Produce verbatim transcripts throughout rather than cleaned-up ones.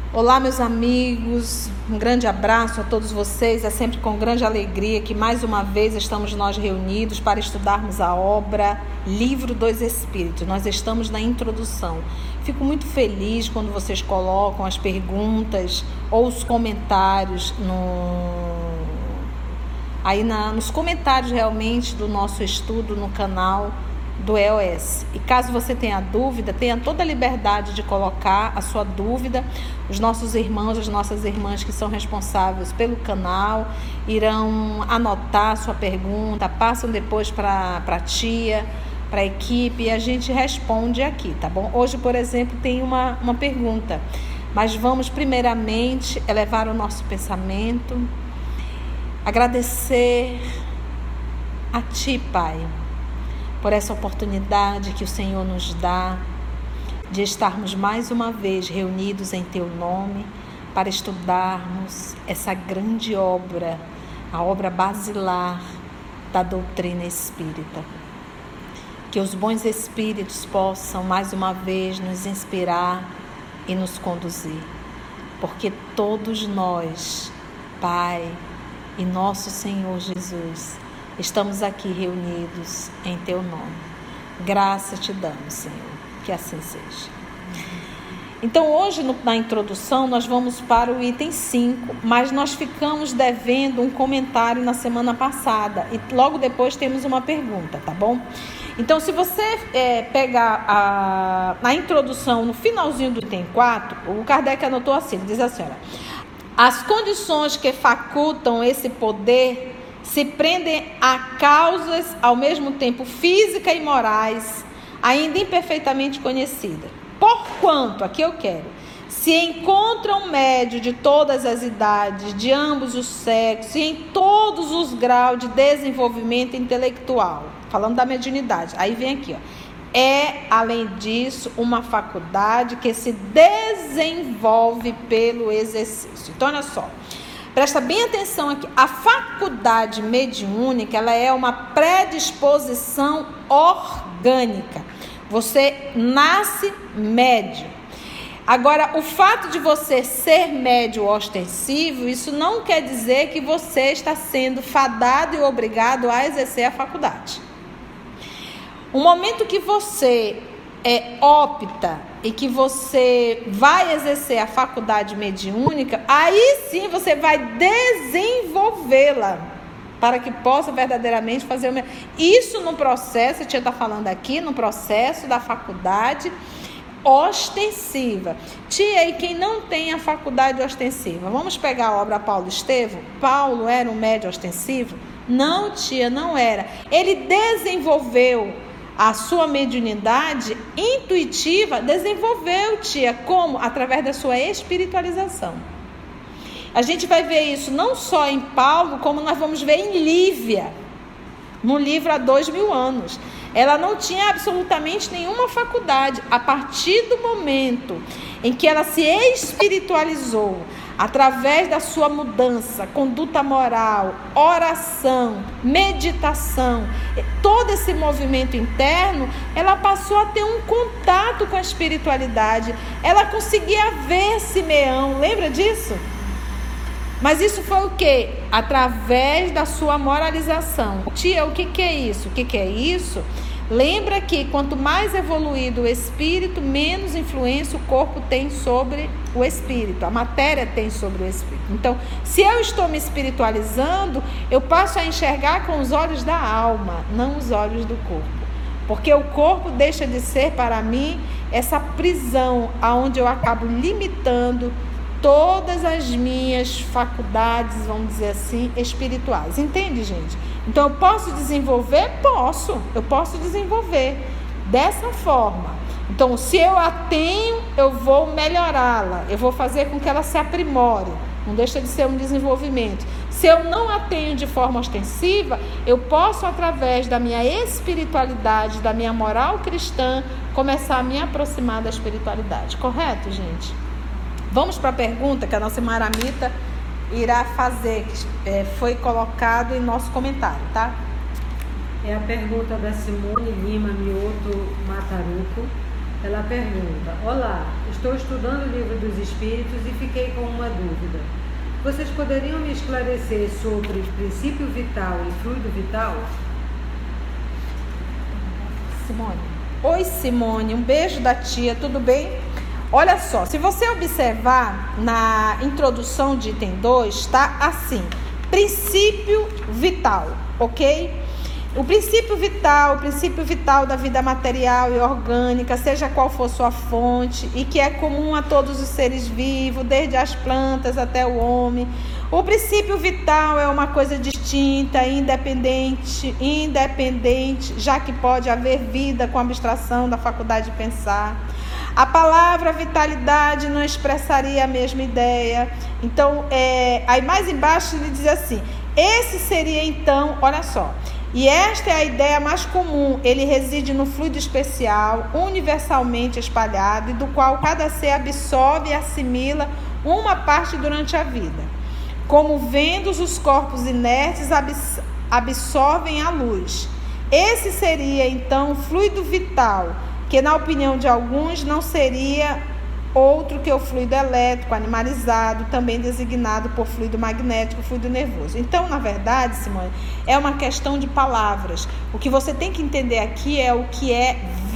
Olá, meus amigos, um grande abraço a todos vocês. É sempre com grande alegria que mais uma vez estamos nós reunidos para estudarmos a obra Livro dos Espíritos. Nós estamos na introdução. Fico muito feliz quando vocês colocam as perguntas ou os comentários no... aí na... nos comentários realmente do nosso estudo no canal do E O S. E caso você tenha dúvida, tenha toda a liberdade de colocar a sua dúvida. Os nossos irmãos, as nossas irmãs que são responsáveis pelo canal irão anotar a sua pergunta, passam depois para a tia, para a equipe e a gente responde aqui, tá bom? Hoje, por exemplo, tem uma, uma pergunta, mas vamos primeiramente elevar o nosso pensamento, agradecer a Ti, Pai, por essa oportunidade que o Senhor nos dá de estarmos mais uma vez reunidos em Teu nome para estudarmos essa grande obra, a obra basilar da doutrina espírita. Que os bons espíritos possam mais uma vez nos inspirar e nos conduzir, porque todos nós, Pai e nosso Senhor Jesus, estamos aqui reunidos em Teu nome. Graça Te damos, Senhor, que assim seja. Então, hoje, no, na introdução, nós vamos para o item cinco, mas nós ficamos devendo um comentário na semana passada e logo depois temos uma pergunta, tá bom? Então, se você é, pegar a, a introdução no finalzinho do item quatro, o Kardec anotou assim, ele diz assim, olha, as condições que facultam esse poder se prendem a causas ao mesmo tempo físicas e morais, ainda imperfeitamente conhecidas. Porquanto, aqui eu quero, se encontram médios de todas as idades, de ambos os sexos e em todos os graus de desenvolvimento intelectual, falando da mediunidade, aí vem aqui, ó, é, além disso, uma faculdade que se desenvolve pelo exercício. Então, olha só, presta bem atenção aqui. A faculdade mediúnica, ela é uma predisposição orgânica. Você nasce médio. Agora, o fato de você ser médio ostensivo, isso não quer dizer que você está sendo fadado e obrigado a exercer a faculdade. O momento que você é, opta e que você vai exercer a faculdade mediúnica, aí sim você vai desenvolvê-la para que possa verdadeiramente fazer o mesmo. Isso no processo, a tia está falando aqui, no processo da faculdade ostensiva. Tia, e quem não tem a faculdade ostensiva? Vamos pegar a obra Paulo Estevam? Paulo era um médium ostensivo? Não, tia, não era. Ele desenvolveu a sua mediunidade intuitiva, desenvolveu, tia, como? Através da sua espiritualização. A gente vai ver isso não só em Paulo, como nós vamos ver em Lívia, no livro há dois mil anos. Ela não tinha absolutamente nenhuma faculdade. A partir do momento em que ela se espiritualizou, através da sua mudança, conduta moral, oração, meditação, todo esse movimento interno, ela passou a ter um contato com a espiritualidade. Ela conseguia ver Simeão, lembra disso? Mas isso foi o quê? Através da sua moralização. Tia, o que, que é isso? O que, que é isso? Lembra que quanto mais evoluído o espírito, menos influência o corpo tem sobre o espírito. A matéria tem sobre o espírito. Então, se eu estou me espiritualizando, eu passo a enxergar com os olhos da alma, não os olhos do corpo. Porque o corpo deixa de ser, para mim, essa prisão onde eu acabo limitando todas as minhas faculdades, vamos dizer assim, espirituais. Entende, gente? Então, eu posso desenvolver? Posso. Eu posso desenvolver dessa forma. Então, se eu a tenho, eu vou melhorá-la. Eu vou fazer com que ela se aprimore. Não deixa de ser um desenvolvimento. Se eu não a tenho de forma ostensiva, eu posso, através da minha espiritualidade, da minha moral cristã, começar a me aproximar da espiritualidade. Correto, gente? Vamos para a pergunta que a nossa Maramita irá fazer, que é, foi colocado em nosso comentário, tá? É a pergunta da Simone Lima Mioto Mataruco. Ela pergunta: olá, estou estudando o Livro dos Espíritos e fiquei com uma dúvida. Vocês poderiam me esclarecer sobre princípio vital e fluido vital? Simone. Oi, Simone, um beijo da tia, tudo bem? Olha só, se você observar na introdução de item dois, tá assim: princípio vital, ok? O princípio vital, o princípio vital da vida material e orgânica, seja qual for sua fonte, e que é comum a todos os seres vivos, desde as plantas até o homem. O princípio vital é uma coisa distinta, independente, independente, já que pode haver vida com abstração da faculdade de pensar. A palavra vitalidade não expressaria a mesma ideia. Então, é, aí mais embaixo ele diz assim: esse seria então, olha só, e esta é a ideia mais comum, ele reside no fluido especial, universalmente espalhado, e do qual cada ser absorve e assimila uma parte durante a vida. Como ventos, os corpos inertes absorvem a luz. Esse seria então o fluido vital, que na opinião de alguns não seria outro que o fluido elétrico animalizado, também designado por fluido magnético, fluido nervoso. Então, na verdade, Simone, é uma questão de palavras. O que você tem que entender aqui é o que é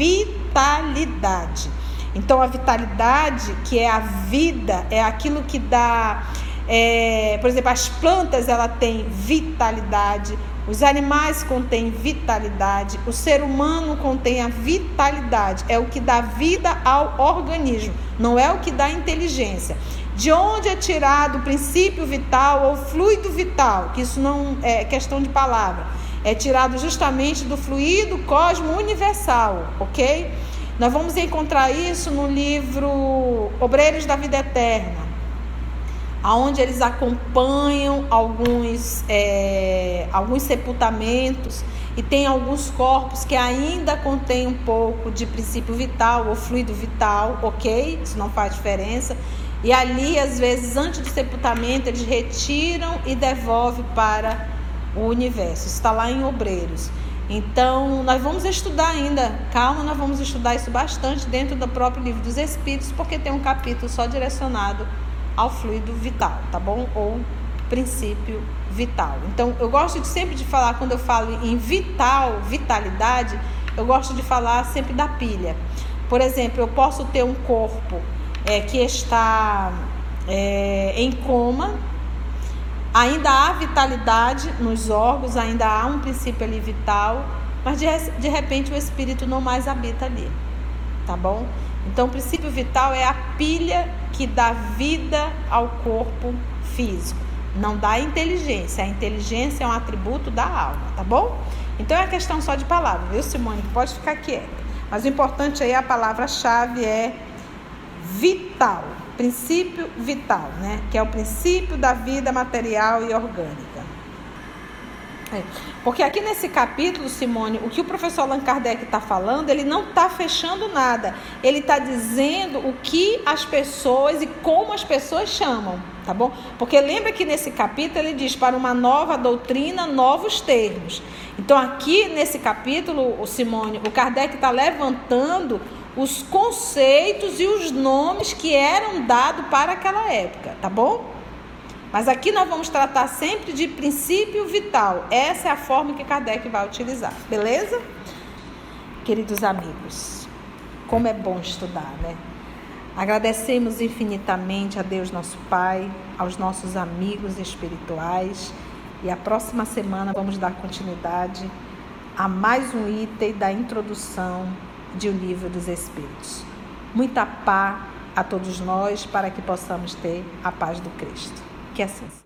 vitalidade. Então, a vitalidade, que é a vida, é aquilo que dá... É, por exemplo, as plantas, ela tem vitalidade, os animais contêm vitalidade, o ser humano contém a vitalidade, é o que dá vida ao organismo, não é o que dá inteligência. De onde é tirado o princípio vital ou fluido vital, que isso não é questão de palavra, é tirado justamente do fluido cosmo universal, ok? Nós vamos encontrar isso no livro Obreiros da Vida Eterna, onde eles acompanham alguns, é, alguns sepultamentos e tem alguns corpos que ainda contêm um pouco de princípio vital ou fluido vital, ok? Isso não faz diferença. E ali, às vezes, antes do sepultamento, eles retiram e devolvem para o universo. Isso está lá em Obreiros. Então, nós vamos estudar ainda, calma, nós vamos estudar isso bastante dentro do próprio Livro dos Espíritos, porque tem um capítulo só direcionado ao fluido vital, tá bom? Ou princípio vital. Então, eu gosto de, sempre de falar, quando eu falo em vital, vitalidade, eu gosto de falar sempre da pilha. Por exemplo, eu posso ter um corpo é, que está é, em coma, ainda há vitalidade nos órgãos, ainda há um princípio ali vital, mas de, de repente o espírito não mais habita ali, tá bom? Então, o princípio vital é a pilha que dá vida ao corpo físico. Não dá inteligência. A inteligência é um atributo da alma, tá bom? Então, é questão só de palavra, viu, Simone? Pode ficar quieta. Mas o importante aí, a palavra-chave é vital. Princípio vital, né? Que é o princípio da vida material e orgânica. É. Porque aqui nesse capítulo, Simone, o que o professor Allan Kardec está falando, ele não está fechando nada. Ele está dizendo o que as pessoas e como as pessoas chamam, tá bom? Porque lembra que nesse capítulo ele diz: para uma nova doutrina, novos termos. Então aqui nesse capítulo, o Simone, o Kardec está levantando os conceitos e os nomes que eram dados para aquela época, tá bom? Mas aqui nós vamos tratar sempre de princípio vital. Essa é a forma que Kardec vai utilizar, beleza? Queridos amigos, como é bom estudar, né? Agradecemos infinitamente a Deus nosso Pai, aos nossos amigos espirituais, e a próxima semana vamos dar continuidade a mais um item da introdução de O Livro dos Espíritos. Muita paz a todos nós, para que possamos ter a paz do Cristo. Que assim seja.